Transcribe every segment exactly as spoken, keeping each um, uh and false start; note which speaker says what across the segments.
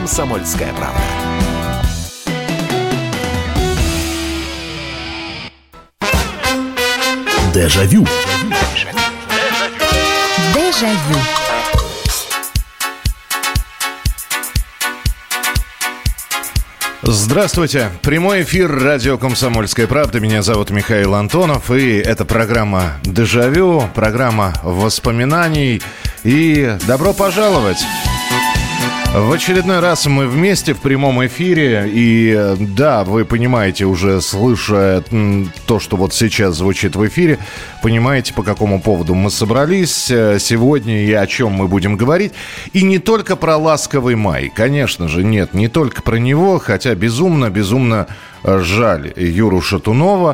Speaker 1: «Комсомольская правда».
Speaker 2: Дежавю.
Speaker 3: Дежавю.
Speaker 4: Здравствуйте. Прямой эфир радио «Комсомольская правда». Меня зовут Михаил Антонов. И это программа «Дежавю», программа воспоминаний. И добро пожаловать! В очередной раз мы вместе в прямом эфире. И да, вы понимаете, уже слыша то, что вот сейчас звучит в эфире, понимаете, по какому поводу мы собрались сегодня и о чем мы будем говорить. И не только про «Ласковый май». Конечно же, нет, не только про него, хотя безумно-безумно жаль Юру Шатунова.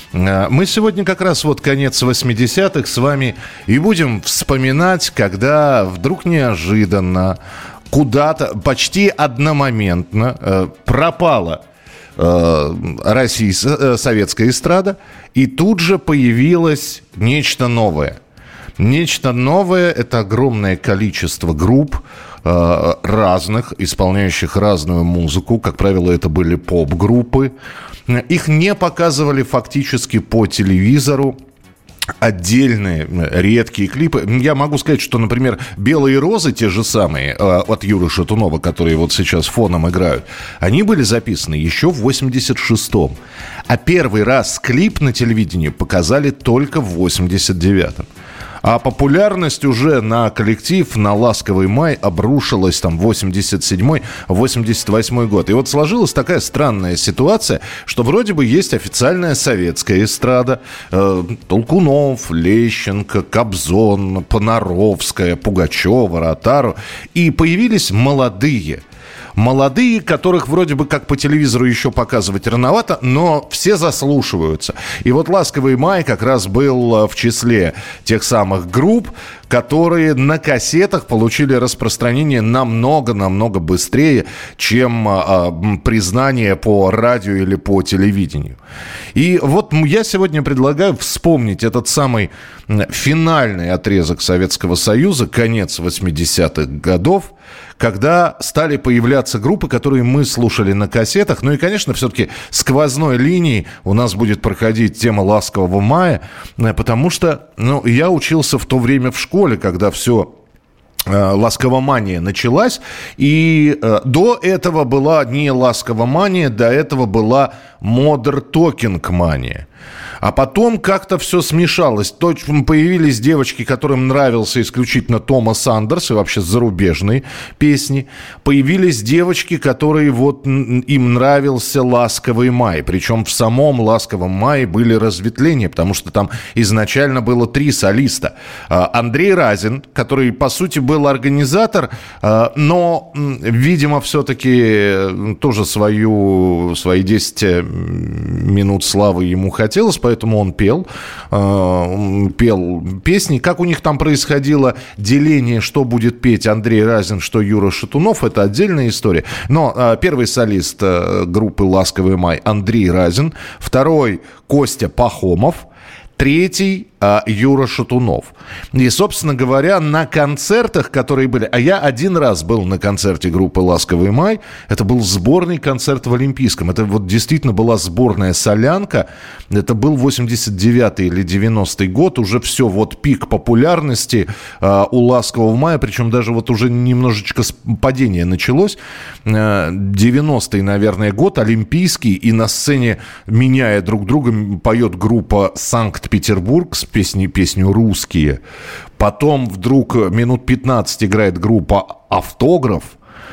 Speaker 4: Мы сегодня как раз вот конец восьмидесятых с вами и будем вспоминать, когда вдруг неожиданно куда-то почти одномоментно э, пропала э, российская, э, советская эстрада, и тут же появилось нечто новое. Нечто новое – это огромное количество групп э, разных, исполняющих разную музыку. Как правило, это были поп-группы. Их не показывали фактически по телевизору. Отдельные редкие клипы. Я могу сказать, что, например, «Белые розы», те же самые, от Юры Шатунова, которые вот сейчас фоном играют, они были записаны еще в восемьдесят шестом. А первый раз клип на телевидении показали только в восемьдесят девятом. А популярность уже на коллектив, на «Ласковый май» обрушилась там восемьдесят седьмой - восемьдесят восьмой год. И вот сложилась такая странная ситуация, что вроде бы есть официальная советская эстрада. Э, Толкунов, Лещенко, Кобзон, Понаровская, Пугачева, Ротару. И появились молодые. Молодые, которых вроде бы как по телевизору еще показывать рановато, но все заслушиваются. И вот «Ласковый май» как раз был в числе тех самых групп, которые на кассетах получили распространение намного-намного быстрее, чем а, признание по радио или по телевидению. И вот я сегодня предлагаю вспомнить этот самый финальный отрезок Советского Союза, конец восьмидесятых годов, когда стали появляться группы, которые мы слушали на кассетах. Ну и, конечно, все-таки сквозной линией у нас будет проходить тема «Ласкового мая», потому что ну, я учился в то время в школе, когда все... ласковомания началась, и э, до этого была не ласковомания, до этого была модер-токинг-мания. А потом как-то все смешалось. Точно появились девочки, которым нравился исключительно Томас Андерс и вообще зарубежные песни. Появились девочки, которые вот им нравился «Ласковый май». Причем в самом «Ласковом мае» были разветвления, потому что там изначально было три солиста. Андрей Разин, который, по сути, был организатор, но, видимо, все-таки тоже свою, свои десять минут славы ему хотелось, поэтому он пел, э, пел песни. Как у них там происходило деление, что будет петь Андрей Разин, что Юра Шатунов, это отдельная история. Но э, первый солист э, группы «Ласковый май» Андрей Разин, второй Костя Пахомов, третий а, Юра Шатунов. И, собственно говоря, на концертах, которые были... А я один раз был на концерте группы «Ласковый май». Это был сборный концерт в Олимпийском. Это вот действительно была сборная солянка. Это был восемьдесят девятый или девяностый год. Уже все, вот пик популярности а, у «Ласкового мая». Причем даже вот уже немножечко падение началось. А, девяностый, наверное, год. Олимпийский. И на сцене, меняя друг друга, поет группа «Санкт-Петербург» с песней, песню «Русские». Потом вдруг минут пятнадцать играет группа «Автограф».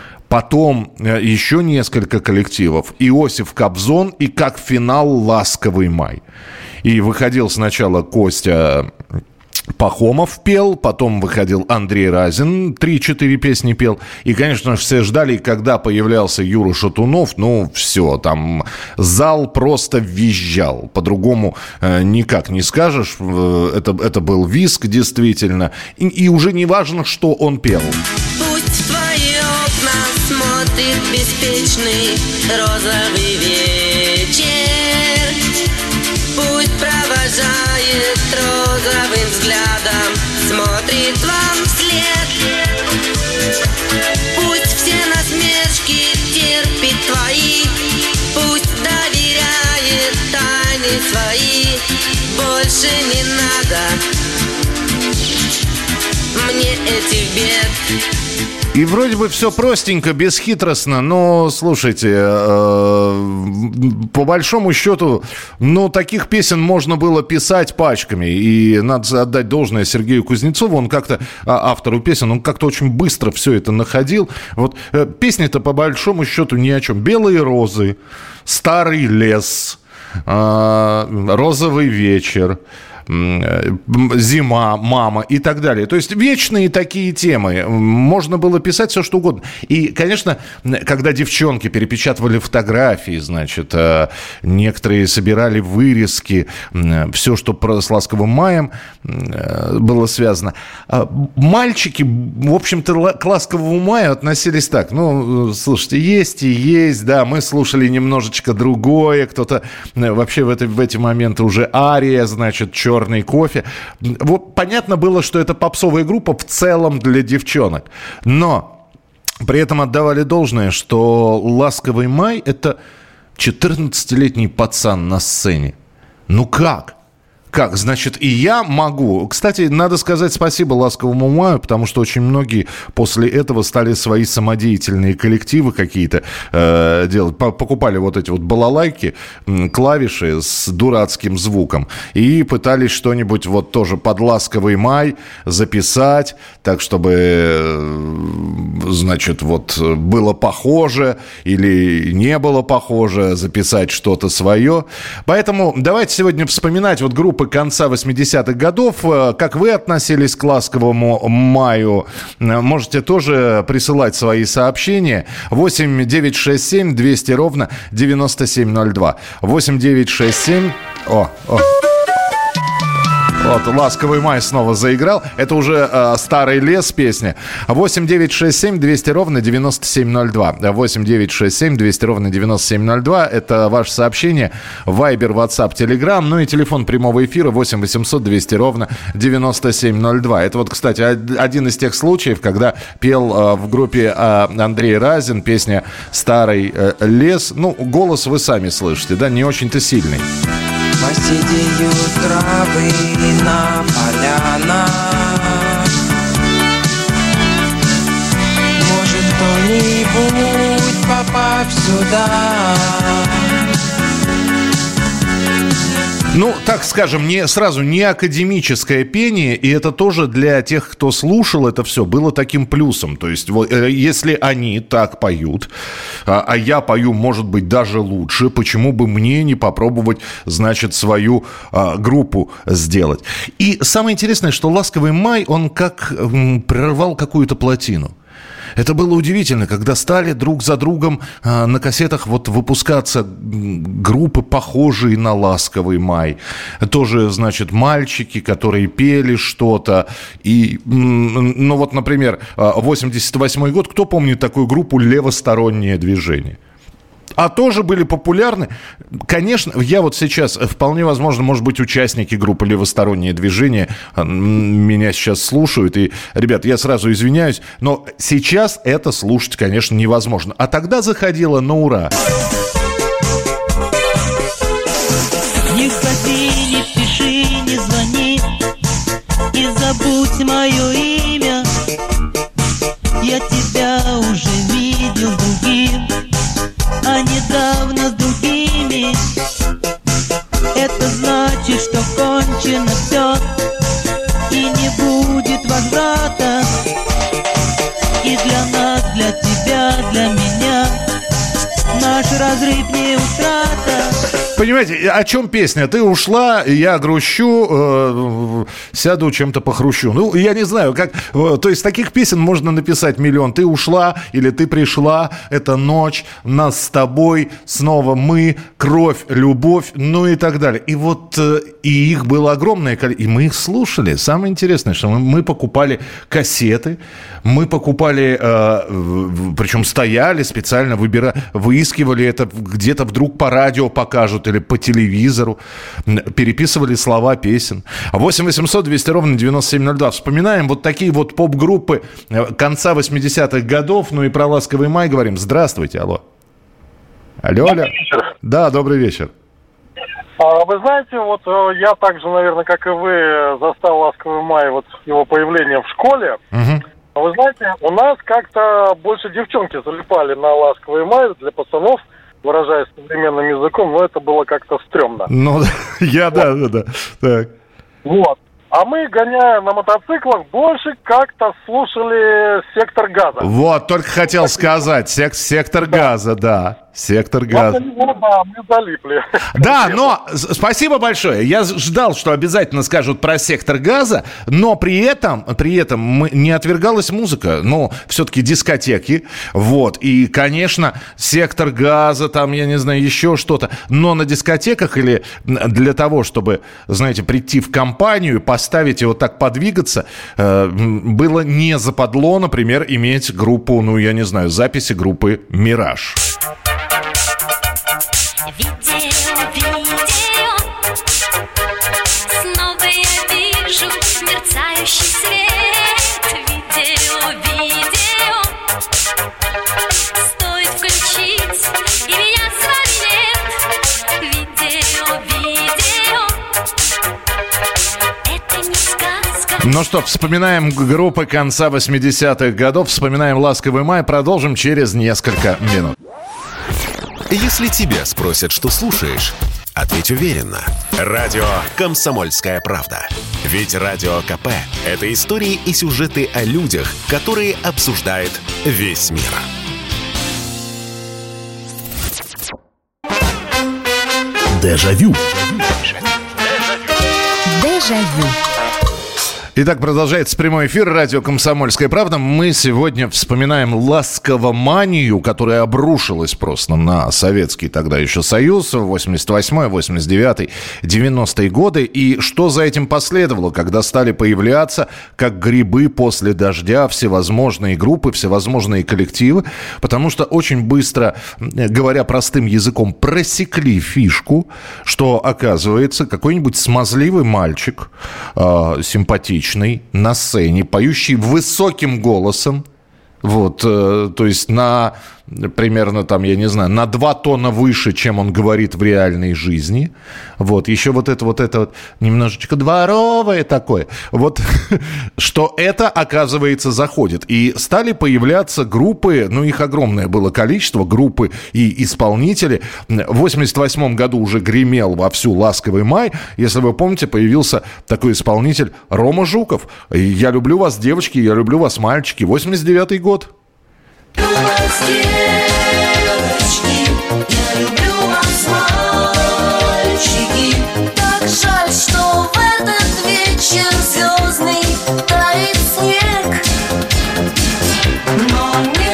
Speaker 4: Потом еще несколько коллективов. Иосиф Кобзон и как финал «Ласковый май». И выходил сначала Костя Пахомов пел, потом выходил Андрей Разин, три-четыре песни пел. И, конечно же, все ждали, когда появлялся Юра Шатунов, ну, все, там зал просто визжал. По-другому э, никак не скажешь. Это, это был визг, действительно. И, и уже не важно, что он пел.
Speaker 5: Пусть в твои окна смотрит беспечный розовый вечер. Пусть провожает розовым взглядом, смотрит вам вслед. Пусть все насмешки больше не надо мне этих бед.
Speaker 4: И вроде бы все простенько, бесхитростно, но, слушайте, э, по большому счету, ну, таких песен можно было писать пачками. И надо отдать должное Сергею Кузнецову, он как-то, автору песен, он как-то очень быстро все это находил. Вот э, песни-то по большому счету ни о чем. «Белые розы», «Старый лес», э, «Розовый вечер», «Зима», «Мама» и так далее. То есть вечные такие темы. Можно было писать все, что угодно. И, конечно, когда девчонки перепечатывали фотографии, значит, некоторые собирали вырезки, все, что с «Ласковым маем» было связано. Мальчики, в общем-то, к «Ласковому маю» относились так. Ну, слушайте, есть и есть, да, мы слушали немножечко другое. Кто-то вообще в, это, в эти моменты уже ария, значит, черный кофе. Вот понятно было, что это попсовая группа в целом для девчонок. Но при этом отдавали должное, что «Ласковый май» — это четырнадцатилетний пацан на сцене. Ну как? Как? Значит, и я могу. Кстати, надо сказать спасибо «Ласковому маю», потому что очень многие после этого стали свои самодеятельные коллективы какие-то э, делать. Покупали вот эти вот балалайки, клавиши с дурацким звуком и пытались что-нибудь вот тоже под «Ласковый май» записать, так, чтобы, значит, вот было похоже или не было похоже, записать что-то свое. Поэтому давайте сегодня вспоминать вот группу конца восьмидесятых годов. Как вы относились к «Ласковому маю»? Можете тоже присылать свои сообщения. восемь девятьсот шестьдесят семь двести ровно девяносто семь ноль два. восемь девятьсот шестьдесят семь... О, о. Вот, «Ласковый май» снова заиграл. Это уже э, «Старый лес» песня. восемь девятьсот шестьдесят семь двести ровно девяносто семь ноль два. восемь девятьсот шестьдесят семь двести ровно девяносто семь ноль два. Это ваше сообщение. Вайбер, WhatsApp, Telegram. Ну и телефон прямого эфира восемь восемьсот двести ровно девяносто семь ноль два. Это вот, кстати, один из тех случаев, когда пел э, в группе э, Андрей Разин песня «Старый э, лес». Ну, голос вы сами слышите, да, не очень-то сильный.
Speaker 1: Посидеют травы на полянах. Может, кто-нибудь, попав сюда.
Speaker 4: Ну, так скажем, не, сразу не академическое пение, и это тоже для тех, кто слушал это все, было таким плюсом. То есть, вот, если они так поют, а, а я пою, может быть, даже лучше, почему бы мне не попробовать, значит, свою а, группу сделать? И самое интересное, что «Ласковый май», он как м, прорвал какую-то плотину. Это было удивительно, когда стали друг за другом э, на кассетах вот выпускаться группы, похожие на «Ласковый май». Тоже, значит, мальчики, которые пели что-то. И, ну вот, например, восемьдесят восьмой год. Кто помнит такую группу «Левостороннее движение»? А тоже были популярны. Конечно, я вот сейчас, вполне возможно, может быть, участники группы «Левостороннее движение» меня сейчас слушают. И, ребят, я сразу извиняюсь, но сейчас это слушать, конечно, невозможно. А тогда заходило на ура.
Speaker 2: Не ходи, не пиши, не звони, и забудь мое имя. Я тебя уже видел другим, а недавно с другими. Это значит, что кончено все, и не будет возврата. И для нас, для тебя, для меня наш разрыв не утрата.
Speaker 4: Понимаете, о чем песня? Ты ушла, я грущу, э, сяду чем-то похрущу. Ну, я не знаю, как... Э, то есть таких песен можно написать миллион. Ты ушла или ты пришла, это ночь, нас с тобой, снова мы, кровь, любовь, ну и так далее. И вот э, и их было огромное количество. И мы их слушали. Самое интересное, что мы, мы покупали кассеты, мы покупали, э, причем стояли специально, выбира, выискивали это, где-то вдруг по радио покажут или по телевизору, переписывали слова песен. восемь восемьсот двести ровно девяносто семь ноль два. Вспоминаем вот такие вот поп-группы конца восьмидесятых годов. Ну и про «Ласковый май» говорим. Здравствуйте, алло. Алло, алло.
Speaker 3: Добрый вечер.
Speaker 4: Да, добрый вечер.
Speaker 3: А вы знаете, вот я так же, наверное, как и вы, застал «Ласковый май», вот его появление в школе.
Speaker 4: Угу.
Speaker 3: А вы знаете, у нас как-то больше девчонки залипали на «Ласковый май» для пацанов, выражаясь современным языком, но это было как-то стрёмно.
Speaker 4: Ну, я, да, да, да. Так.
Speaker 3: Вот. А мы, гоняя на мотоциклах, больше как-то слушали «Сектор газа».
Speaker 4: Вот, только хотел сказать, сек- «Сектор
Speaker 3: Да.
Speaker 4: газа», да. «Сектор газа».
Speaker 3: Вот, да, мы залипли.
Speaker 4: Да, но с- спасибо большое. Я ждал, что обязательно скажут про «Сектор газа», но при этом, при этом мы, не отвергалась музыка. Ну, все-таки дискотеки. Вот. И, конечно, «Сектор газа», там, я не знаю, еще что-то. Но на дискотеках или для того, чтобы, знаете, прийти в компанию, поставить и вот так подвигаться, э, было не западло, например, иметь группу, ну, я не знаю, записи группы «Мираж».
Speaker 6: Видео, видео, снова я вижу мерцающий свет. Видео, видео, стоит включить, и меня с вами нет. Видео, видео, это не сказка.
Speaker 4: Ну что, вспоминаем группы конца восьмидесятых годов, вспоминаем «Ласковый май», продолжим через несколько минут.
Speaker 7: Если тебя спросят, что слушаешь, ответь уверенно. Радио «Комсомольская правда». Ведь Радио КП – это истории и сюжеты о людях, которые обсуждает весь мир. Дежавю.
Speaker 8: Дежавю.
Speaker 4: Итак, продолжается прямой эфир радио «Комсомольская правда». Мы сегодня вспоминаем ласковоманию, которая обрушилась просто на Советский тогда еще Союз в восемьдесят восьмой, восемьдесят девятый, девяностые годы. И что за этим последовало, когда стали появляться, как грибы после дождя, всевозможные группы, всевозможные коллективы. Потому что очень быстро, говоря простым языком, просекли фишку, что, оказывается, какой-нибудь смазливый мальчик, э, симпатичный, на сцене, поющий высоким голосом, вот, э, то есть на примерно там, я не знаю, на два тона выше, чем он говорит в реальной жизни. Вот, еще вот это вот это вот немножечко дворовое такое. Вот, что это, оказывается, заходит. И стали появляться группы, ну, их огромное было количество, группы и исполнители. В восемьдесят восьмом году уже гремел вовсю «Ласковый май». Если вы помните, появился такой исполнитель Рома Жуков. «Я люблю вас, девочки, я люблю вас, мальчики». восемьдесят девятый год.
Speaker 6: Девочки, я люблю вас, мальчики. Так жаль, что в этот вечер звездный тает снег, но не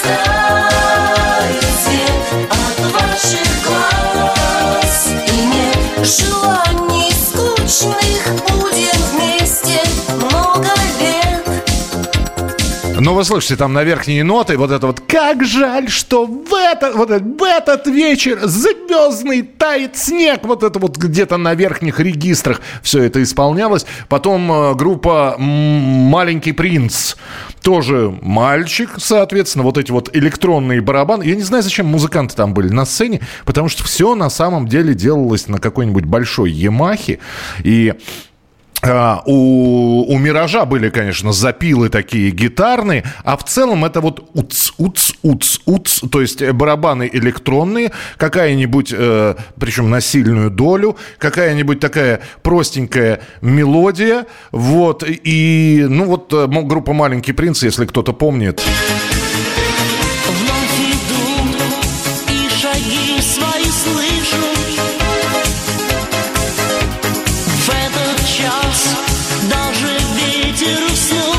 Speaker 6: растаете от ваших глаз. И нет желаний скучных, будем вместе много лет.
Speaker 4: Ну, вы слышите, там на верхние ноты вот это вот «Как жаль, что в этот, вот этот, в этот вечер звездный тает снег». Вот это вот где-то на верхних регистрах все это исполнялось. Потом э, группа «Маленький принц». Тоже мальчик, соответственно, вот эти вот электронные барабаны. Я не знаю, зачем музыканты там были на сцене, потому что все на самом деле делалось на какой-нибудь большой Ямахе. И... Uh, у, у «Миража» были, конечно, запилы такие гитарные, а в целом это вот уц, уц, уц, уц, то есть барабаны электронные, какая-нибудь, э, причем на сильную долю, какая-нибудь такая простенькая мелодия, вот, и, ну вот, группа «Маленький принц», если кто-то помнит.
Speaker 2: Вновь иду и шаги свои слышу. В этот час даже ветер уснул.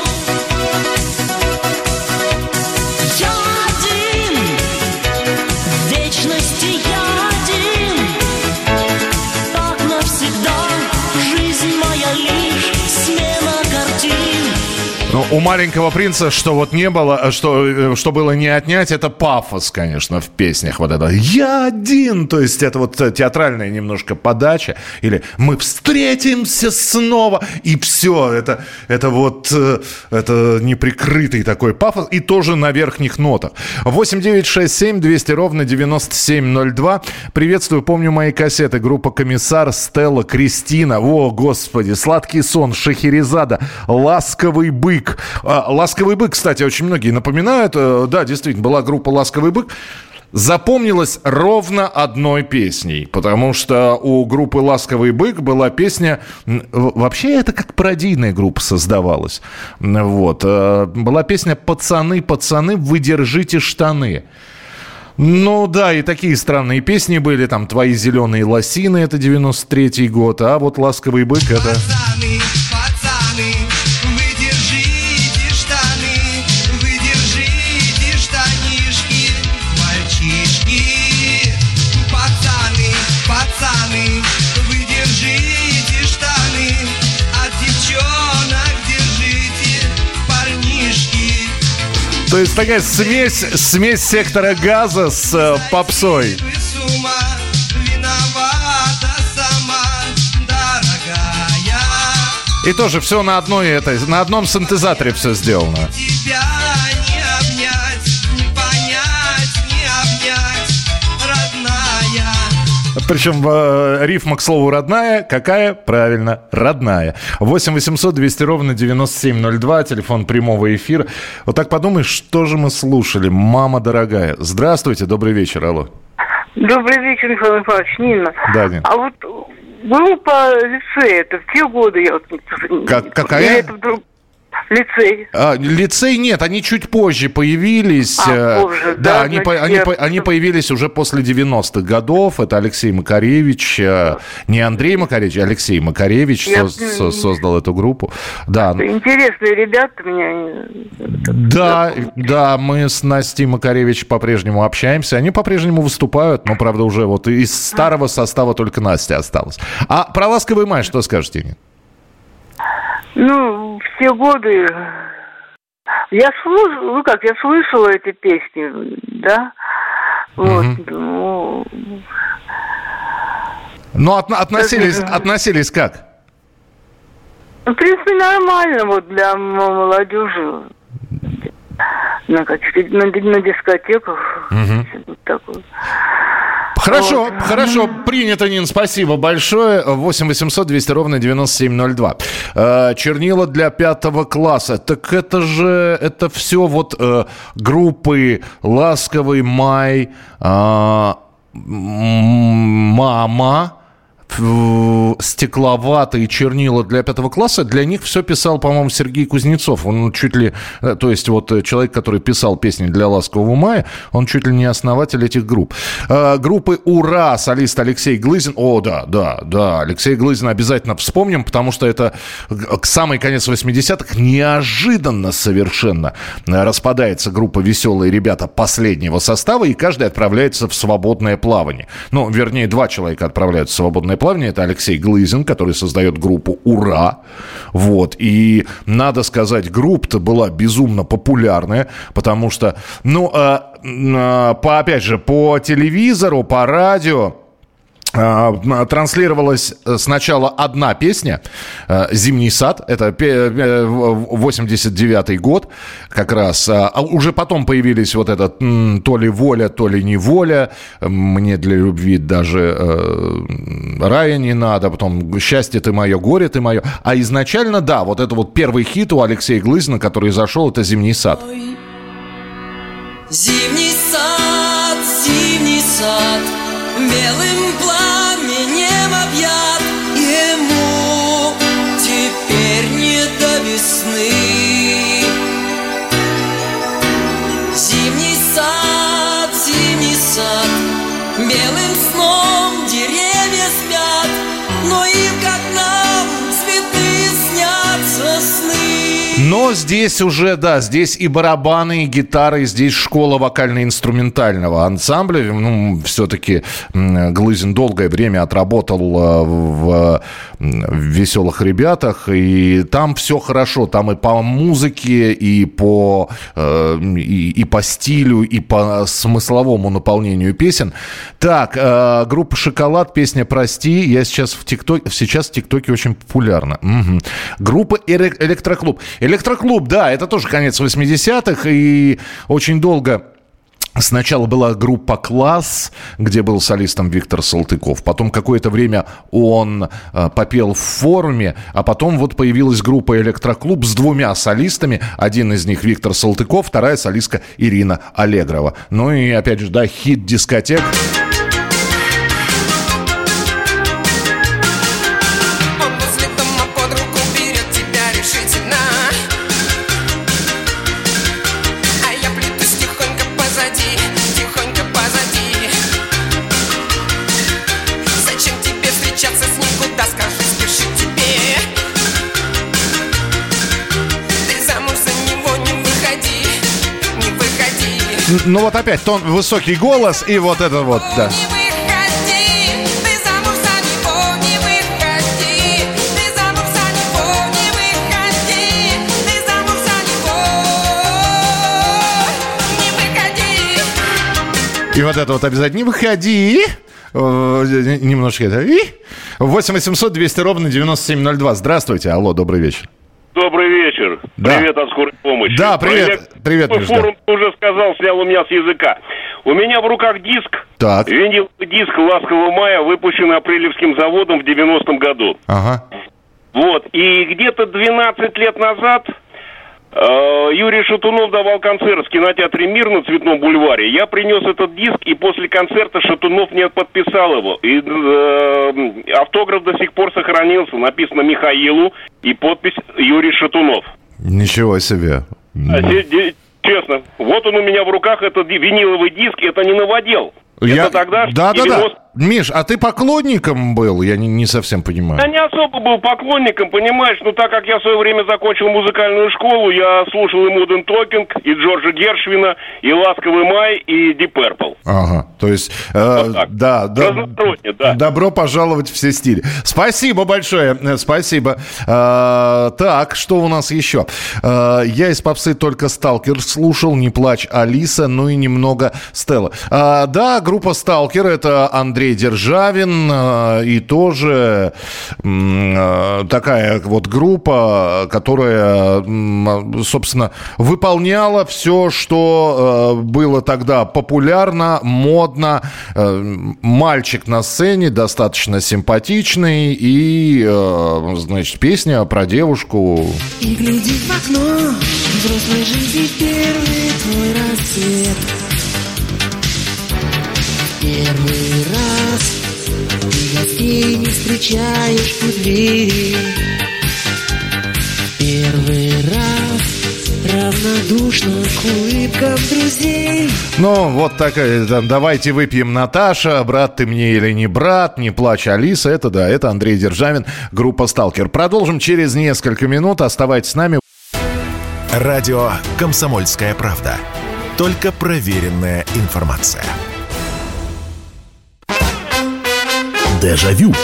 Speaker 2: Я один, в вечности я один. Так навсегда жизнь моя лишь смена картин.
Speaker 4: Ну, у «Маленького принца» что вот не было, что, что было не отнять, это пафос, конечно, в песнях. Вот это «Я один», то есть это вот театральная немножко подача. Или «Мы встретимся снова», и все. Это, это вот это неприкрытый такой пафос, и тоже на верхних нотах. восемь девятьсот шестьдесят семь двести ровно девяносто семь ноль два. Приветствую, помню мои кассеты. Группа «Комиссар», Стелла, Кристина. О, господи, «Сладкий сон», Шахерезада, «Ласковый бык». А, «Ласковый бык», кстати, очень многие напоминают. Да, действительно, была группа «Ласковый бык». Запомнилась ровно одной песней, потому что у группы «Ласковый бык» была песня... Вообще это как пародийная группа создавалась. Вот. Была песня «Пацаны, пацаны, вы держите штаны». Ну да, и такие странные песни были. Там «Твои зеленые лосины» — это девяносто третий год, а вот «Ласковый бык» — это...
Speaker 8: Пацаны, пацаны, вы держите штаны, вы держите штанишки, мальчишки. Пацаны, пацаны, вы держите штаны, от девчонок держите парнишки.
Speaker 4: То есть такая смесь, смесь «Сектора газа» с э, попсой. И тоже все на одной этой, на одном синтезаторе все сделано.
Speaker 8: Тебя не обнять, не понять, не обнять, родная.
Speaker 4: Причем э, рифма к слову «родная». Какая? Правильно, родная. восемь восемьсот двести ровно девяносто семь ноль два, телефон прямого эфира. Вот так подумаешь, что же мы слушали? «Мама дорогая». Здравствуйте, добрый вечер, алло.
Speaker 9: Добрый вечер, Михаил Михайлович, Нина.
Speaker 4: Да, Нина.
Speaker 9: А вот группа «Лицей», это в те годы я вот...
Speaker 4: Как, какая?
Speaker 9: Или это вдруг... Лицей.
Speaker 4: А, лицей нет, они чуть позже появились.
Speaker 9: А, позже,
Speaker 4: да,
Speaker 9: да,
Speaker 4: они,
Speaker 9: значит,
Speaker 4: по, они,
Speaker 9: я...
Speaker 4: по, они появились уже после девяностых годов. Это Алексей Макаревич, не Андрей Макаревич, а Алексей Макаревич я... со, создал эту группу. Да.
Speaker 9: Интересные ребята меня.
Speaker 4: Да, да, мы с Настей Макаревич по-прежнему общаемся. Они по-прежнему выступают, но, правда, уже вот из старого состава только Настя осталась. А про «Ласковый май» что скажете, Нина?
Speaker 9: Ну, все годы я слушала, ну как, я слышала эти песни, да, вот, mm-hmm. ну...
Speaker 4: Но от, относились, относились как?
Speaker 9: В принципе, нормально, вот, для молодежи, на, на, на дискотеках, mm-hmm. вот такое.
Speaker 4: Хорошо,
Speaker 9: вот.
Speaker 4: Хорошо, принято, Нин, спасибо большое. восемь восемьсот двести ровно девяносто семь ноль два. Э, чернила для пятого класса. Так это же, это все вот э, группы «Ласковый май», э, «Мама», «Стекловатые», «Чернила» для пятого класса. Для них все писал, по-моему, Сергей Кузнецов. Он чуть ли... То есть вот человек, который писал песни для «Ласкового мая», он чуть ли не основатель этих групп. А, группы «Ура», солист Алексей Глызин. О, да, да, да. Алексей Глызин обязательно вспомним, потому что это самый конец восьмидесятых. Неожиданно совершенно распадается группа «Веселые ребята» последнего состава, и каждый отправляется в свободное плавание. Ну, вернее, два человека отправляются в свободное плавание. Это Алексей Глызин, который создает группу «Ура». Вот. И, надо сказать, группа-то была безумно популярная, потому что, ну, э, э, по, опять же, по телевизору, по радио транслировалась сначала одна песня «Зимний сад». Это восемьдесят девятый год как раз. А уже потом появились вот этот «То ли воля, то ли неволя», «Мне для любви даже рая не надо», потом «Счастье ты мое, горе ты мое». А изначально, да, вот это вот первый хит у Алексея Глызина, который зашел, это «Зимний сад».
Speaker 2: Зимний сад, зимний сад, белым пламенем объят, ему теперь не до весны. Зимний сад, зимний сад, белым сном деревья спят, но им, как нам, цветы снятся сны.
Speaker 4: Но здесь уже, да, здесь и барабаны, и гитары, и здесь школа вокально-инструментального ансамбля. Ну, все-таки Глызин долгое время отработал в, в «Веселых ребятах», и там все хорошо. Там и по музыке, и по, и, и по стилю, и по смысловому наполнению песен. Так, группа «Шоколад», песня «Прости». Я сейчас в ТикТоке, сейчас в ТикТоке очень популярна. Угу. Группа «Электроклуб». «Электроклуб», да, это тоже конец восьмидесятых, и очень долго... Сначала была группа «Класс», где был солистом Виктор Салтыков. Потом какое-то время он э, попел в «Форуме», а потом вот появилась группа «Электроклуб» с двумя солистами. Один из них Виктор Салтыков, вторая солистка Ирина Аллегрова. Ну и опять же, да, хит дискотек. Ну вот опять тон, высокий голос и вот это вот, да. И вот это вот обязательно. Не выходи. Немножко это. восемь восемьсот двести ровно девяносто семь ноль два. Здравствуйте. Алло, добрый вечер.
Speaker 10: Добрый вечер.
Speaker 4: Да.
Speaker 10: Привет от скорой помощи.
Speaker 4: Да, привет. Привет, Миш,
Speaker 10: форум да. Уже сказал, снял у меня с языка. У меня в руках диск. Так. Виниловый диск «Ласкового мая», выпущенный Апрелевским заводом в девяностом году. Ага. Вот. И где-то двенадцать лет назад э, Юрий Шатунов давал концерт в кинотеатре «Мир» на Цветном бульваре. Я принес этот диск, и после концерта Шатунов мне подписал его. И э, автограф до сих пор сохранился. Написано «Михаилу» и подпись «Юрий Шатунов». Ничего себе. Честно, вот он у меня в руках, этот виниловый диск, это не новодел. Я... Это тогда... Да, девяносто... да, да. Миш, а ты поклонником был? Я не, не совсем понимаю. Я не особо был поклонником, понимаешь, но так как я в свое время закончил музыкальную школу, я слушал и Modern Talking, и Джорджа Гершвина, и «Ласковый май», и Deep Purple. Ага, то есть, э, вот да, да, да, добро пожаловать в все стили. Спасибо большое, спасибо. Э, так, что у нас еще? Э, я из попсы только «Сталкер» слушал, «Не плачь, Алиса», ну и немного «Стелла». Э, да, группа «Сталкер» — это Андрей Державин, и тоже такая вот группа, которая, собственно, выполняла все, что было тогда популярно, модно. Мальчик на сцене, достаточно симпатичный, и, значит, песня про девушку. И глядит в окно взрослой жизни первый твой рассвет. Первый раз ты гостей не встречаешь у двери. Первый раз равнодушно к улыбкам друзей. Ну, вот такая, давайте выпьем, Наташа, брат ты мне или не брат, не плачь, Алиса. Это да, это Андрей Державин, группа «Сталкер». Продолжим через несколько минут, оставайтесь с нами.
Speaker 7: Радио «Комсомольская правда». Только проверенная информация. Дежавю.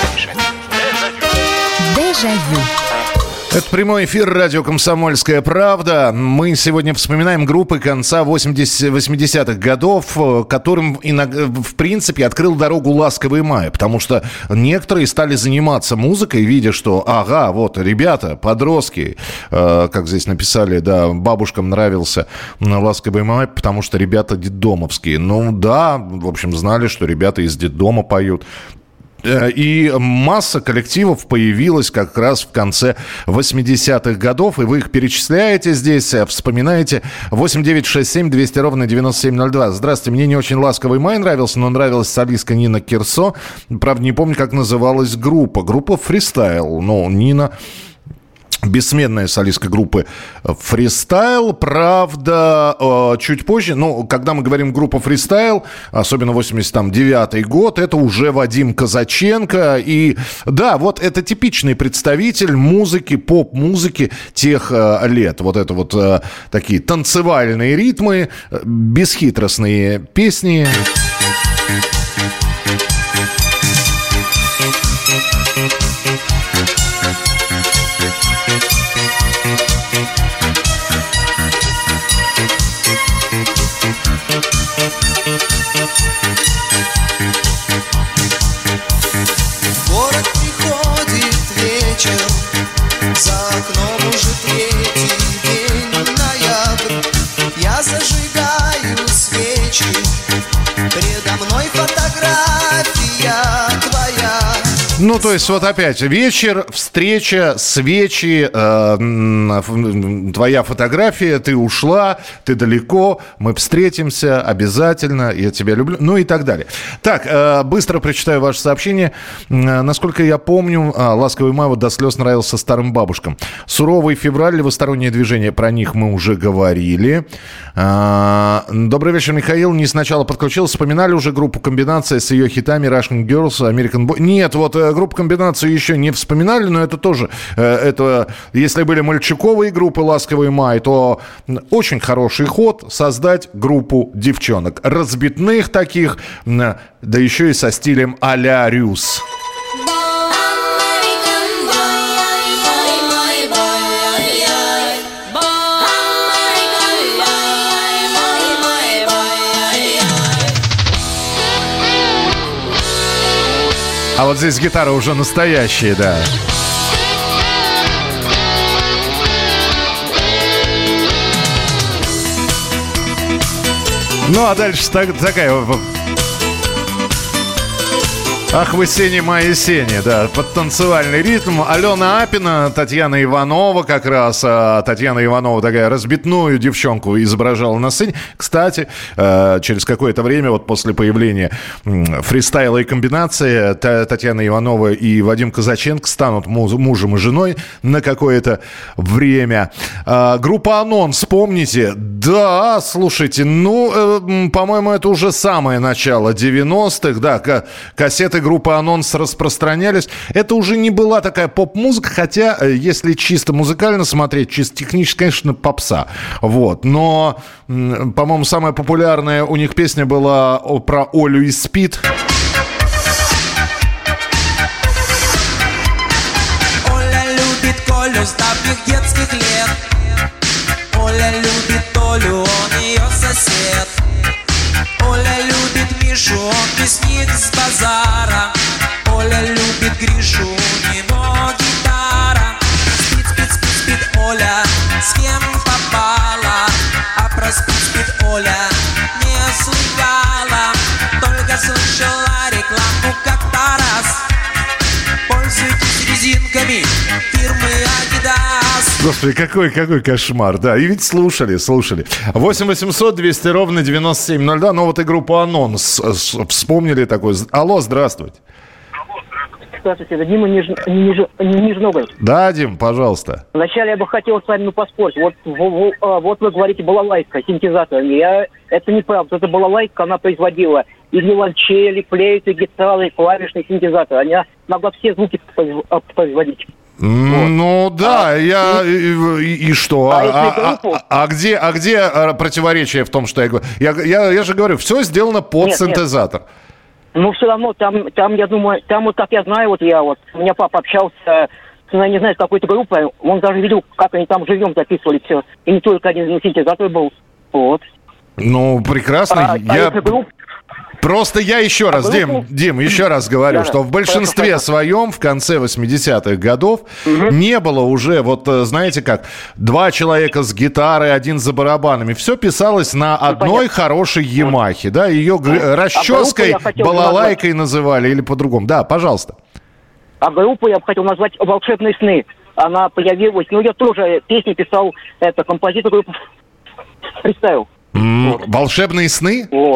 Speaker 4: Дежавю. Это прямой эфир радио «Комсомольская правда». Мы сегодня вспоминаем группы конца восьмидесятых годов, которым, в принципе, открыл дорогу «Ласковый май», потому что некоторые стали заниматься музыкой, видя, что, ага, вот, ребята, подростки, как здесь написали, да, бабушкам нравился «Ласковый май», потому что ребята детдомовские. Ну да, в общем, знали, что ребята из детдома поют. И масса коллективов появилась как раз в конце восьмидесятых годов, и вы их перечисляете здесь, вспоминаете. восемь девять шесть семь двести ровно девяносто семь ноль два. Здравствуйте, мне не очень «Ласковый май» нравился, но нравилась солистка Нина Кирсо. Правда, не помню, как называлась группа. Группа «Фристайл». Ну, Нина... бессменная солистка группы «Фристайл». Правда, чуть позже, ну, когда мы говорим группа «Фристайл», особенно восемьдесят девятый год, это уже Вадим Казаченко. И да, вот это типичный представитель музыки, поп-музыки тех лет. Вот это вот такие танцевальные ритмы, бесхитростные песни.
Speaker 8: За окном уже третий день ноябрь. Я зажигаю свечи. Предо мной фотография твоя.
Speaker 4: Ну, то есть, вот опять вечер, встреча, свечи, э, твоя фотография, ты ушла, ты далеко, мы встретимся обязательно, я тебя люблю, ну и так далее. Так, э, быстро прочитаю ваше сообщение. Э, насколько я помню, э, «Ласковый май» вот до слез нравился старым бабушкам. «Суровый февраль», «Левостороннее движение», про них мы уже говорили. Э, добрый вечер, Михаил. Не сначала подключился, вспоминали уже группу «Комбинация» с ее хитами «Russian Girls», «American Boy». Нет, вот группу «Комбинацию» еще не вспоминали, но это тоже, это, если были мальчуковые группы «Ласковый май», то очень хороший ход создать группу девчонок. Разбитных таких, да еще и со стилем а-ля Рюс. А вот здесь гитара уже настоящая, да. Ну, а дальше так, такая... Ах, вы сени, мои сени, да, под танцевальный ритм. Алена Апина, Татьяна Иванова как раз. А Татьяна Иванова такая разбитную девчонку изображала на сцене. Кстати, через какое-то время, вот после появления «Фристайла» и «Комбинации», Татьяна Иванова и Вадим Казаченко станут мужем и женой на какое-то время. Группа «Анонс», помните? Да, слушайте, ну, по-моему, это уже самое начало девяностых, да, кассеты группы «Анонс» распространялись. Это уже не была такая поп-музыка, хотя, если чисто музыкально смотреть, чисто технически, конечно, попса. Вот. Но, по-моему, самая популярная у них песня была про Олю из «Спид».
Speaker 2: Оля любит Колю с давних детских лет. Оля любит Толю, он ее сосед. Оля любит Мишу, он мясник с базара. Оля любит Гришу, у него гитара. Спит, спит, спит, спит Оля, с кем попала. А про спит, спит Оля не слыхала. Только слышала рекламу как-то раз. Пользуйтесь резинками фирмы Adidas.
Speaker 4: Господи, какой, какой кошмар, да. И ведь слушали, слушали. восемь восемьсот двести ровно девяносто семь ноль два. Ну вот и группа «Анонс» вспомнили такой. Алло, здравствуйте.
Speaker 11: Здравствуйте, это Дима Ниж... Ниж... Нижний Новгород.
Speaker 4: Да, Дим, пожалуйста.
Speaker 11: Вначале я бы хотел с вами ну, поспорить. Вот, вот, вот вы говорите, балалайка, синтезатор. Я... Это неправда. Это балалайка, она производила и виолончели, флейты, гитары, клавишный синтезатор. Она могла все звуки производить.
Speaker 4: Ну вот. Да, а, я и, и, и что? А, а, а, а, где, а где противоречие в том, что я говорю? Я, я, я же говорю, все сделано под нет, синтезатор. Нет.
Speaker 11: Ну, все равно, там, там, я думаю, там вот, как я знаю, вот я вот, у меня папа общался с, ну, я не знаю, с какой-то группой, он даже видел, как они там живем записывали все. И не только один синтезатор был, вот.
Speaker 4: Ну, прекрасно. А, я... а групп... Просто я еще раз, а Дим, Дим, еще раз говорю, да, что в большинстве своем в конце восьмидесятых годов угу. не было уже, вот знаете как, два человека с гитарой, один за барабанами. Все писалось на одной ну, хорошей Ямахе, да, ее г- расческой, а балалайкой называли или по-другому. Да, пожалуйста.
Speaker 11: А группу я бы хотел назвать «Волшебные сны». Она появилась, ну я тоже песни писал, это композитор группы «Фристайл».
Speaker 4: Mm, вот. «Волшебные сны»?
Speaker 11: Вот.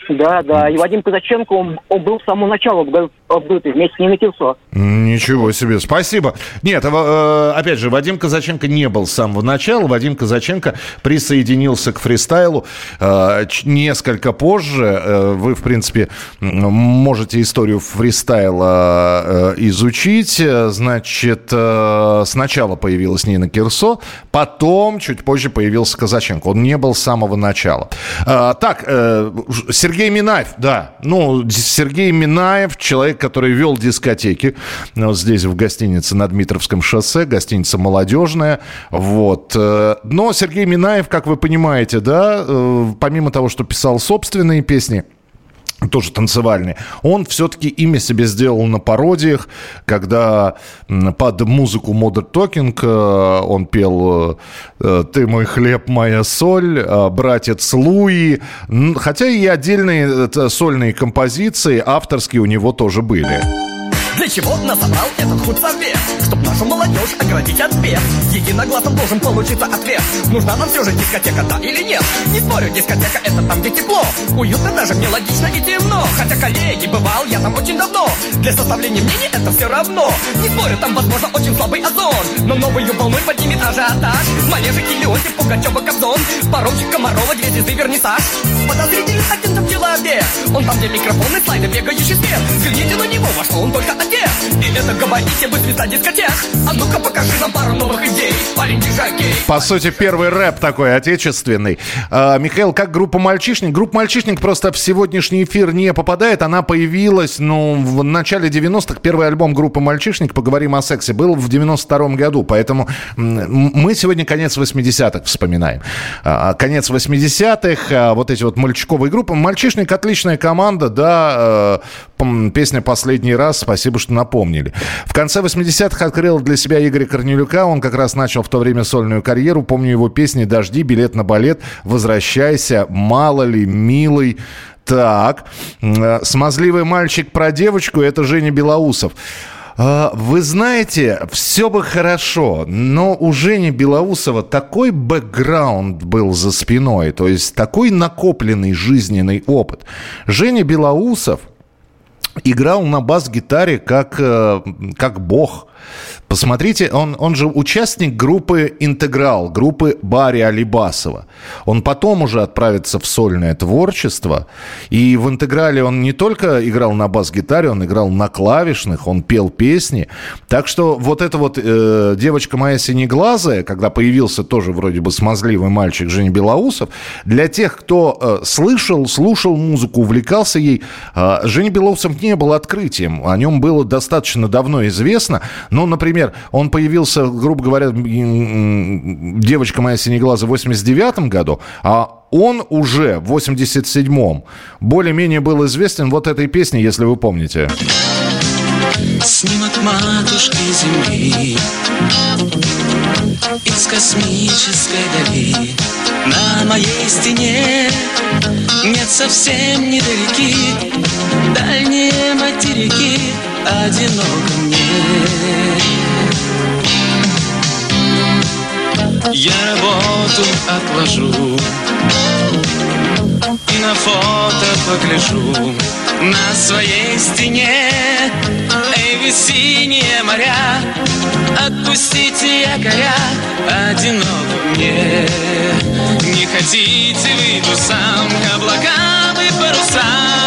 Speaker 11: Да, да. И Вадим Казаченко, он, он был с самого начала в группе, вместе с Ниной Кирсо.
Speaker 4: Ничего себе, спасибо. Нет, опять же, Вадим Казаченко не был с самого начала. Вадим Казаченко присоединился к фристайлу несколько позже. Вы, в принципе, можете историю фристайла изучить. Значит, сначала появилась Нина Кирсо, потом, чуть позже, появился Казаченко. Он не был с самого начала. Так, Сергей Минаев, да. Ну, Сергей Минаев, человек, который вел дискотеки вот здесь, в гостинице на Дмитровском шоссе, гостиница «Молодежная». Вот. Но Сергей Минаев, как вы понимаете, да, помимо того, что писал собственные песни, тоже танцевальные, он все-таки имя себе сделал на пародиях, когда под музыку Modern Talking он пел «Ты мой хлеб, моя соль», «Братец Луи», хотя и отдельные сольные композиции авторские у него тоже были.
Speaker 12: Для чего нас собрал этот худсовет? Чтоб нашу молодежь оградить от бед. Единогласно должен получиться ответ. Нужна нам все же дискотека, да или нет? Не спорю, дискотека это там, где тепло. Уютно, даже мелодично и темно. Хотя, коллеги, бывал я там очень давно. Для составления мнений это все равно. Не спорю, там, возможно, очень слабый озон. Но новую волной поднимет ажиотаж. Манежики, Леонтьев, Пугачева, Кобзон. Паромщик, Комарова, две звезды, вернисаж. Подозрительный один там человек. Он там, где микрофон и слайды, бегающий свет. Взгляните на него, во что он только одет. И это говорите быстро дискотек. А ну-ка покажи нам пару новых идей, парень дежакей.
Speaker 4: По сути, первый рэп такой отечественный. а, Михаил, как группа «Мальчишник»? Группа «Мальчишник» просто в сегодняшний эфир не попадает. Она появилась, ну, в начале девяностых. Первый альбом группы «Мальчишник», «Поговорим о сексе», был в девяносто втором году. Поэтому мы сегодня конец восьмидесятых вспоминаем. а, Конец восьмидесятых, а, вот эти вот мальчиковые группы. «Мальчишник» отличная команда, да. а, Песня «Последний раз», спасибо, что напомнили. В конце восьмидесятых открыл для себя Игоря Корнелюка. Он как раз начал в то время сольную карьеру. Помню его песни «Дожди», «Билет на балет», «Возвращайся», «Мало ли», «Милый». Так, «Смазливый мальчик» про девочку — это Женя Белоусов. Вы знаете, все бы хорошо, но у Жени Белоусова такой бэкграунд был за спиной, то есть такой накопленный жизненный опыт. Женя Белоусов играл на бас-гитаре как, как бог. Посмотрите, он, он же участник группы «Интеграл», группы Барри Алибасова. Он потом уже отправится в сольное творчество. И в «Интеграле» он не только играл на бас-гитаре, он играл на клавишных, он пел песни. Так что вот эта вот э, «Девочка моя синеглазая», когда появился тоже вроде бы смазливый мальчик Женя Белоусов, для тех, кто э, слышал, слушал музыку, увлекался ей, э, Женя Белоусов не был открытием. О нем было достаточно давно известно. Ну, например, он появился, грубо говоря, «Девочка моя синеглазая» в восемьдесят девятом году, а он уже в восемьдесят седьмом более-менее был известен вот этой песней, если вы помните.
Speaker 2: Снимок матушки Земли из космической дали. На моей стене нет совсем недалеки дальние материки, одиноко мне. Я работу отложу и на фото погляжу. На своей стене, эй, вы синие моря, отпустите якоря, одиноко мне. Не хотите, выйду сам к облакам и парусам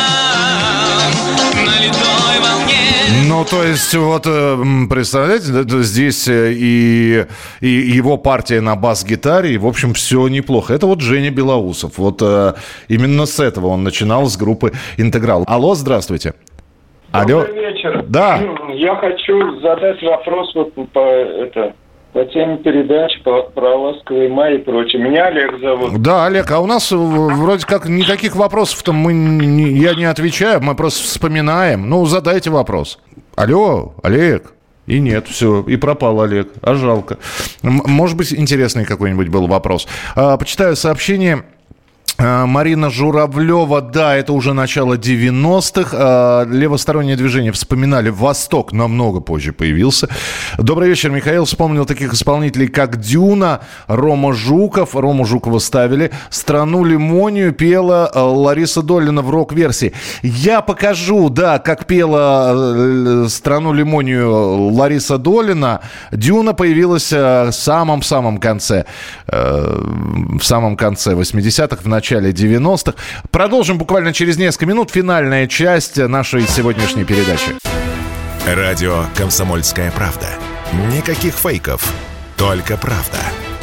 Speaker 2: на ледяной волне.
Speaker 4: Ну, то есть, вот, представляете, здесь и, и его партия на бас-гитаре, и, в общем, все неплохо. Это вот Женя Белоусов. Вот именно с этого он начинал, с группы «Интеграл». Алло, здравствуйте.
Speaker 13: Добрый
Speaker 4: Алло.
Speaker 13: вечер.
Speaker 4: Да.
Speaker 13: Я хочу задать вопрос вот по, это, по теме передачи по, про «Ласковый май» и прочее. Меня Олег зовут.
Speaker 4: Да, Олег, а у нас вроде как никаких вопросов-то мы не, я не отвечаю, мы просто вспоминаем. Ну, задайте вопрос. Алло, Олег. И нет, все, и пропал Олег. А жалко. Может быть, интересный какой-нибудь был вопрос. А, почитаю сообщение. Марина Журавлева, да, это уже начало девяностых. Левостороннее движение, вспоминали, «Восток» намного позже появился. Добрый вечер, Михаил. Вспомнил таких исполнителей, как Дюна, Рома Жуков. Рому Жукова ставили. «Страну лимонию» пела Лариса Долина в рок-версии. Я покажу, да, как пела «Страну лимонию» Лариса Долина. Дюна появилась в самом-самом конце. В самом конце восьмидесятых, в начале В начале девяностых. Продолжим буквально через несколько минут. Финальная часть нашей сегодняшней передачи.
Speaker 7: Радио «Комсомольская правда». Никаких фейков, только правда.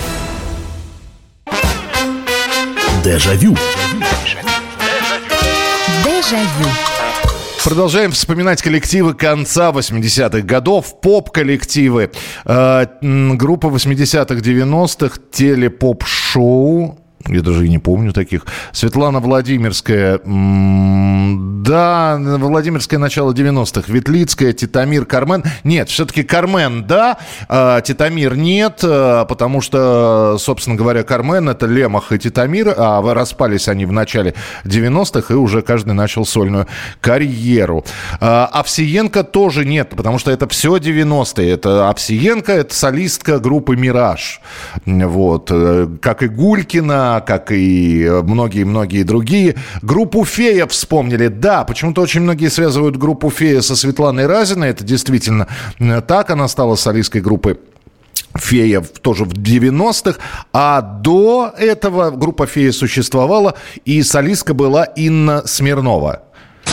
Speaker 7: Дежавю.
Speaker 4: Дежавю. Продолжаем вспоминать коллективы конца восьмидесятых годов, поп-коллективы. Э, группа восьмидесятых, девяностых, телепоп-шоу. Я даже и не помню таких. Светлана Владимирская. Да, Владимирская, начало девяностых. Ветлицкая, Титамир, Кармен. Нет, все-таки Кармен, да. А Титамир нет, потому что, собственно говоря, Кармен — это Лемах и Титамир, а распались они в начале девяностых, и уже каждый начал сольную карьеру. А Овсиенко тоже нет, потому что это все девяностые. Это Овсиенко, это солистка группы «Мираж». Вот. Как и Гулькина, как и многие-многие другие. Группу «Фея» вспомнили. Да, почему-то очень многие связывают группу «Фея» со Светланой Разиной. Это действительно так. Она стала солисткой группы «Фея» тоже в девяностых. А до этого группа «Фея» существовала, и солистка была Инна Смирнова.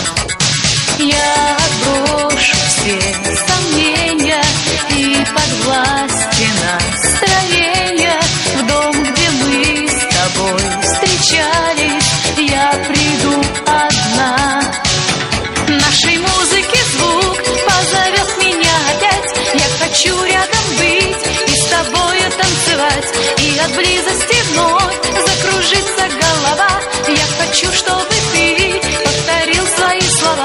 Speaker 6: Я отброшу все сомнения и под власти настроения в дом, где мы с тобой встречались, я приду одна. Нашей музыки звук позовет меня опять. Я хочу рядом быть и с тобою танцевать, и от близости вновь закружится голова. Я хочу, чтобы ты повторил свои слова.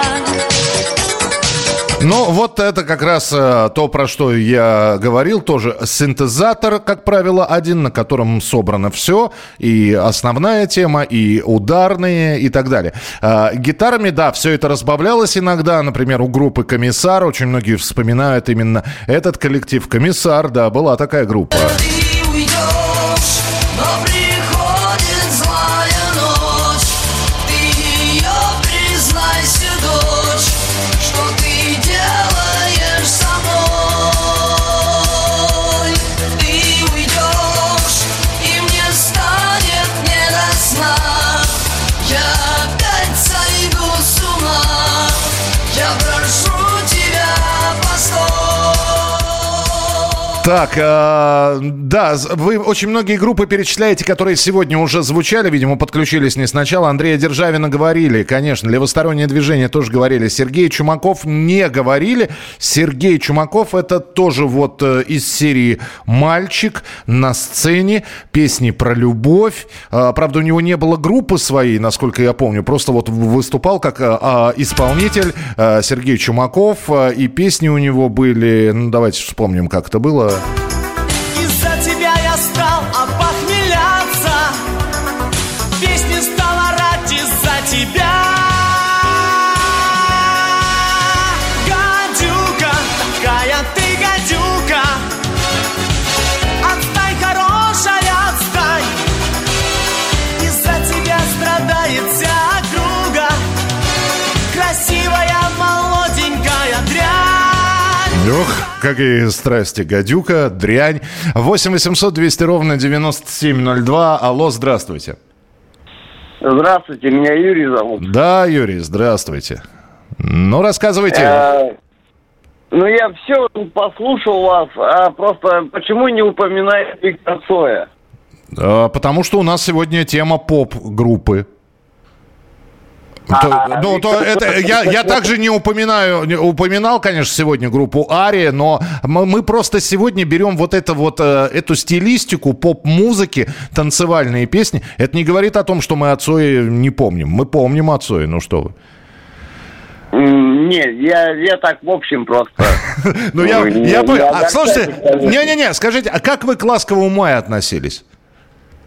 Speaker 4: Ну, вот это как раз э, то, про что я говорил. Тоже синтезатор, как правило, один, на котором собрано все. И основная тема, и ударные, и так далее. Э, гитарами, да, все это разбавлялось иногда. Например, у группы «Комиссар» очень многие вспоминают именно этот коллектив. «Комиссар», да, была такая группа. Так, э, да, вы очень многие группы перечисляете, которые сегодня уже звучали, видимо, подключились не сначала. Андрея Державина говорили, конечно, «Левостороннее движение» тоже говорили. Сергей Чумаков не говорили. Сергей Чумаков — это тоже вот э, из серии «Мальчик» на сцене, песни про любовь. Э, правда, у него не было группы своей, насколько я помню, просто вот выступал как э, э, исполнитель э, Сергей Чумаков, э, и песни у него были, ну, давайте вспомним, как это было.
Speaker 14: Из-за тебя я стал опохмеляться, песни стал орать из-за тебя. Гадюка, такая ты гадюка, отстань, хорошая, отстань. Из-за тебя страдает вся округа, красивая молоденькая дрянь.
Speaker 4: Ох, какие страсти, гадюка, дрянь. восемь восемьсот двести ровно девяносто семь ноль два. Алло, здравствуйте.
Speaker 15: Здравствуйте, меня Юрий зовут.
Speaker 4: Да, Юрий, здравствуйте. Ну, рассказывайте.
Speaker 15: Э, ну, я все послушал вас, а просто почему не упоминаете Виктора Цоя?
Speaker 4: А, потому что у нас сегодня тема поп-группы. То, а, ну, то это, я, я также не упоминаю, не упоминал, конечно, сегодня группу «Ария», но мы, мы просто сегодня берем вот, это вот эту стилистику поп-музыки, танцевальные песни. Это не говорит о том, что мы о Цое не помним. Мы помним о Цое, ну что вы.
Speaker 15: Нет, я, я так в общем просто.
Speaker 4: Ну, я, я понял. Слушайте, не-не-не, скажите, а как вы к «Ласковому маю» относились?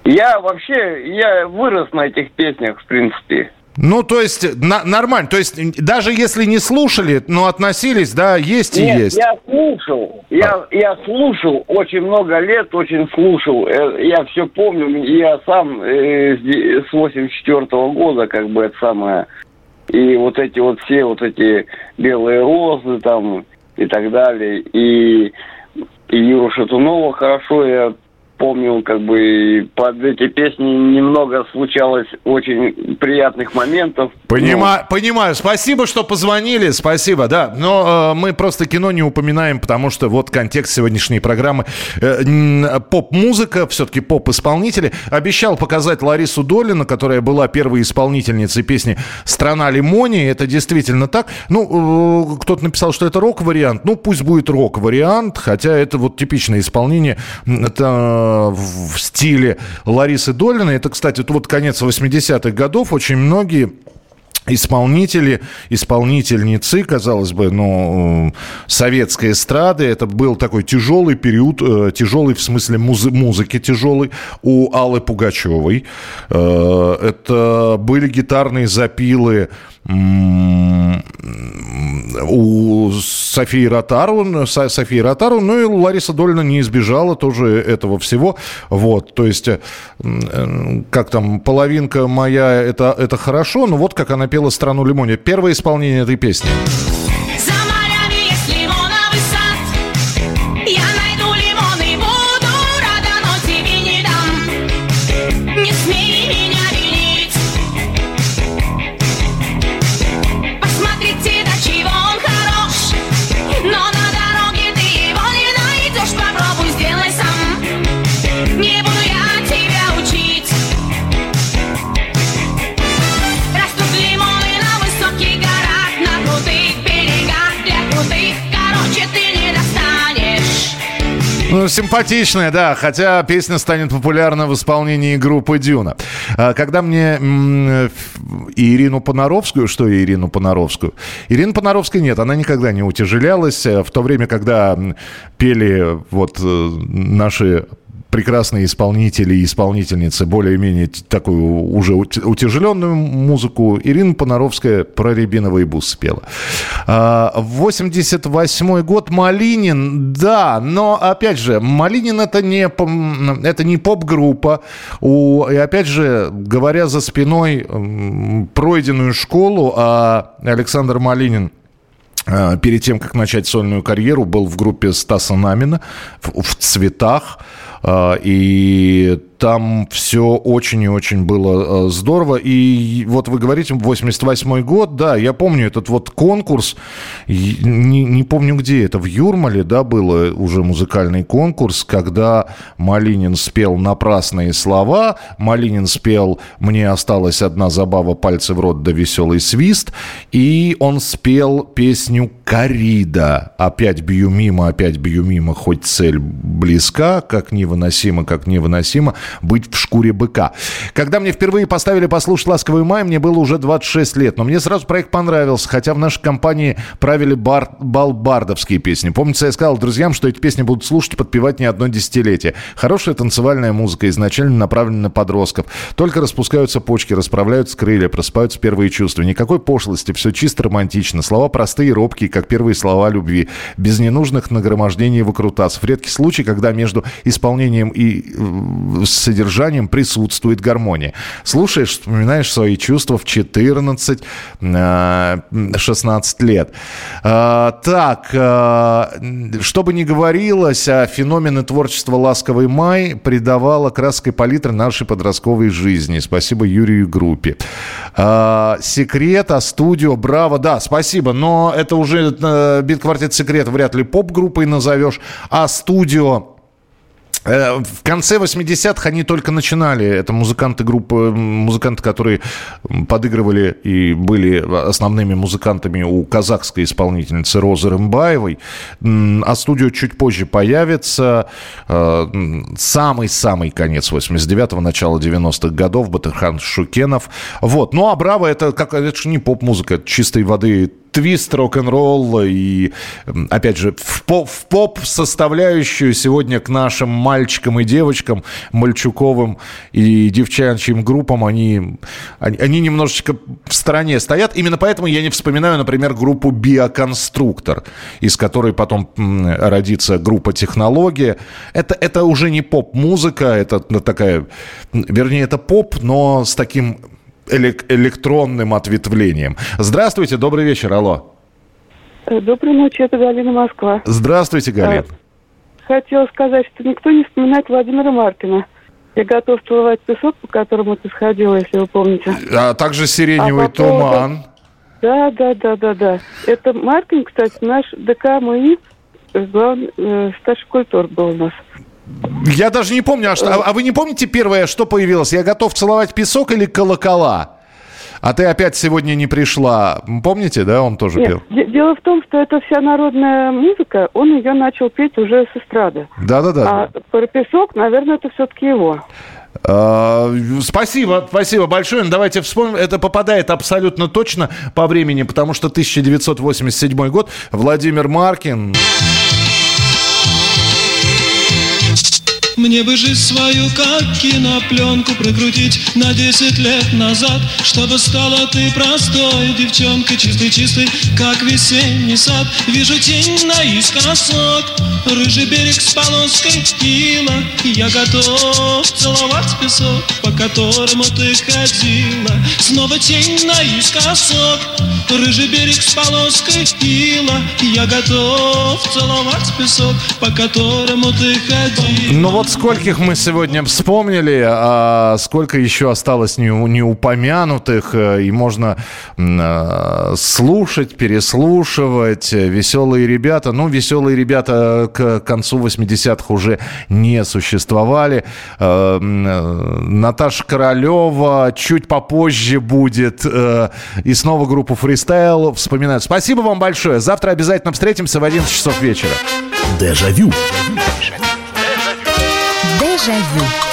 Speaker 15: Я вообще, я вырос на этих песнях, в принципе.
Speaker 4: Ну, то есть, на, нормально. То есть, даже если не слушали, но относились, да, есть и
Speaker 15: Нет,
Speaker 4: есть.
Speaker 15: я слушал. Я, я слушал очень много лет, очень слушал. Я все помню. Я сам э, с восемьдесят четвёртого года, как бы, это самое... И вот эти вот все вот эти белые розы там и так далее. И, и Юру Шатунова хорошо я помню, как бы под эти песни немного случалось очень приятных моментов.
Speaker 4: Понимаю, ну... понимаю. Спасибо, что позвонили. Спасибо, да. Но э, мы просто кино не упоминаем, потому что вот контекст сегодняшней программы. Э, поп-музыка, все-таки поп-исполнители. Обещал показать Ларису Долину, которая была первой исполнительницей песни «Страна лимони». Это действительно так. Ну, э, кто-то написал, что это рок-вариант. Ну, пусть будет рок-вариант, хотя это вот типичное исполнение. Это в стиле Ларисы Долиной. Это, кстати, вот конец восьмидесятых годов. Очень многие исполнители, исполнительницы, казалось бы, ну, советской эстрады. Это был такой тяжелый период, тяжелый в смысле муз- музыки тяжелый у Аллы Пугачевой. Это были гитарные запилы у Софии Ротару, Софии Ротару, ну и Лариса Долина не избежала тоже этого всего. Вот, то есть, как там, половинка моя, это, это хорошо, но вот как она пела «Страну лимони». Первое исполнение этой песни. Ну, симпатичная, да, хотя песня станет популярна в исполнении группы «Дюна». Когда мне Ирину Понаровскую, что Ирину Понаровскую? Ирина Понаровская нет, она никогда не утяжелялась. В то время, когда пели вот наши прекрасные исполнители и исполнительницы, более-менее такую уже утяжеленную музыку, Ирина Понаровская про «Рябиновый бус» спела. восемьдесят восьмой год, Малинин, да, но, опять же, Малинин это не, это не поп-группа. У, и, опять же, говоря за спиной пройденную школу, а Александр Малинин перед тем, как начать сольную карьеру, был в группе Стаса Намина в, в «Цветах». И там все очень и очень было здорово. И вот вы говорите, восемьдесят восьмой год, да, я помню этот вот конкурс, не, не помню где это, в Юрмале, да, был уже музыкальный конкурс, когда Малинин спел «Напрасные слова», Малинин спел «Мне осталась одна забава, пальцы в рот да веселый свист», и он спел песню «Коррида». «Опять бью мимо, опять бью мимо, хоть цель близка, как невыносимо, как невыносимо быть в шкуре быка». Когда мне впервые поставили послушать «Ласковый май», мне было уже двадцать шесть лет. Но мне сразу проект понравился, хотя в нашей компании правили бар, балбардовские песни. Помнится, я сказал друзьям, что эти песни будут слушать и подпевать не одно десятилетие. Хорошая танцевальная музыка, изначально направлена на подростков. Только распускаются почки, расправляются крылья, просыпаются первые чувства. Никакой пошлости, все чисто романтично. Слова простые и робкие, как первые слова любви. Без ненужных нагромождений и выкрутасов. Редкий случай, когда между исполнением и содержанием присутствует гармония. Слушаешь, вспоминаешь свои чувства в четырнадцать-шестнадцать лет. А, так, а, что бы ни говорилось, а феномены творчества «Ласковый май» придавало краской палитры нашей подростковой жизни. Спасибо Юрию и группе. А, «Секрет», а студио, браво, да, спасибо, но это уже а, бит-квартет «Секрет» вряд ли поп-группой назовешь, а студио... В конце восьмидесятых они только начинали. Это музыканты группы, музыканты, которые подыгрывали и были основными музыкантами у казахской исполнительницы Розы Рымбаевой. А студио чуть позже появится. Самый-самый конец восемьдесят девятого, начало девяностых годов. Батырхан Шукенов. Вот. Ну, а «Браво» это, как, это же не поп-музыка, это чистой воды твист, рок-н-ролл и, опять же, в, поп, в поп-составляющую сегодня к нашим мальчикам и девочкам, мальчуковым и девчачьим группам, они, они, они немножечко в стороне стоят. Именно поэтому я не вспоминаю, например, группу «Биоконструктор», из которой потом родится группа «Технология». Это, это уже не поп-музыка, это такая, вернее, это поп, но с таким электронным ответвлением. Здравствуйте, добрый вечер, алло.
Speaker 16: Доброй ночи, это Галина, Москва.
Speaker 4: Здравствуйте, Галина.
Speaker 16: Хотела сказать, что никто не вспоминает Владимира Маркина. Я готов целовать песок, по которому ты сходила, если вы помните.
Speaker 4: А также «Сиреневый а туман». Поводу...
Speaker 16: Да, да, да, да, да. Это Маркин, кстати, наш ДК МУИ, главный, э, старший культург был у нас.
Speaker 4: Я даже не помню, а, что, а, а вы не помните первое, что появилось? «Я готов целовать песок» или «Колокола»? А ты опять сегодня не пришла. Помните, да, он тоже
Speaker 16: Нет,
Speaker 4: пел?
Speaker 16: Дело в том, что это вся народная музыка, он ее начал петь уже с эстрады.
Speaker 4: Да-да-да.
Speaker 16: А про песок, наверное, это все-таки его.
Speaker 4: Спасибо, спасибо большое. Давайте вспомним. Это попадает абсолютно точно по времени, потому что тысяча девятьсот восемьдесят седьмой год, Владимир Маркин.
Speaker 17: Мне бы жизнь свою, как кинопленку, прокрутить на десять лет назад, чтобы стала ты простой девчонкой, чистой-чистой, как весенний сад. Вижу тень наискосок, рыжий берег с полоской ила, и я готов целовать песок, по которому ты ходила. Снова тень наискосок, рыжий берег с полоской ила, и я готов целовать песок, по которому ты ходила.
Speaker 4: Ну вот скольких мы сегодня вспомнили, а сколько еще осталось не, не упомянутых, и можно э, слушать, переслушивать. Веселые ребята. Ну, веселые ребята к концу восьмидесятых уже не существовали. Э, Наташа Королева чуть попозже будет. Э, и снова группу «Фристайл» вспоминают. Спасибо вам большое. Завтра обязательно встретимся в одиннадцать часов вечера.
Speaker 7: Дежавю.
Speaker 6: Дежавю.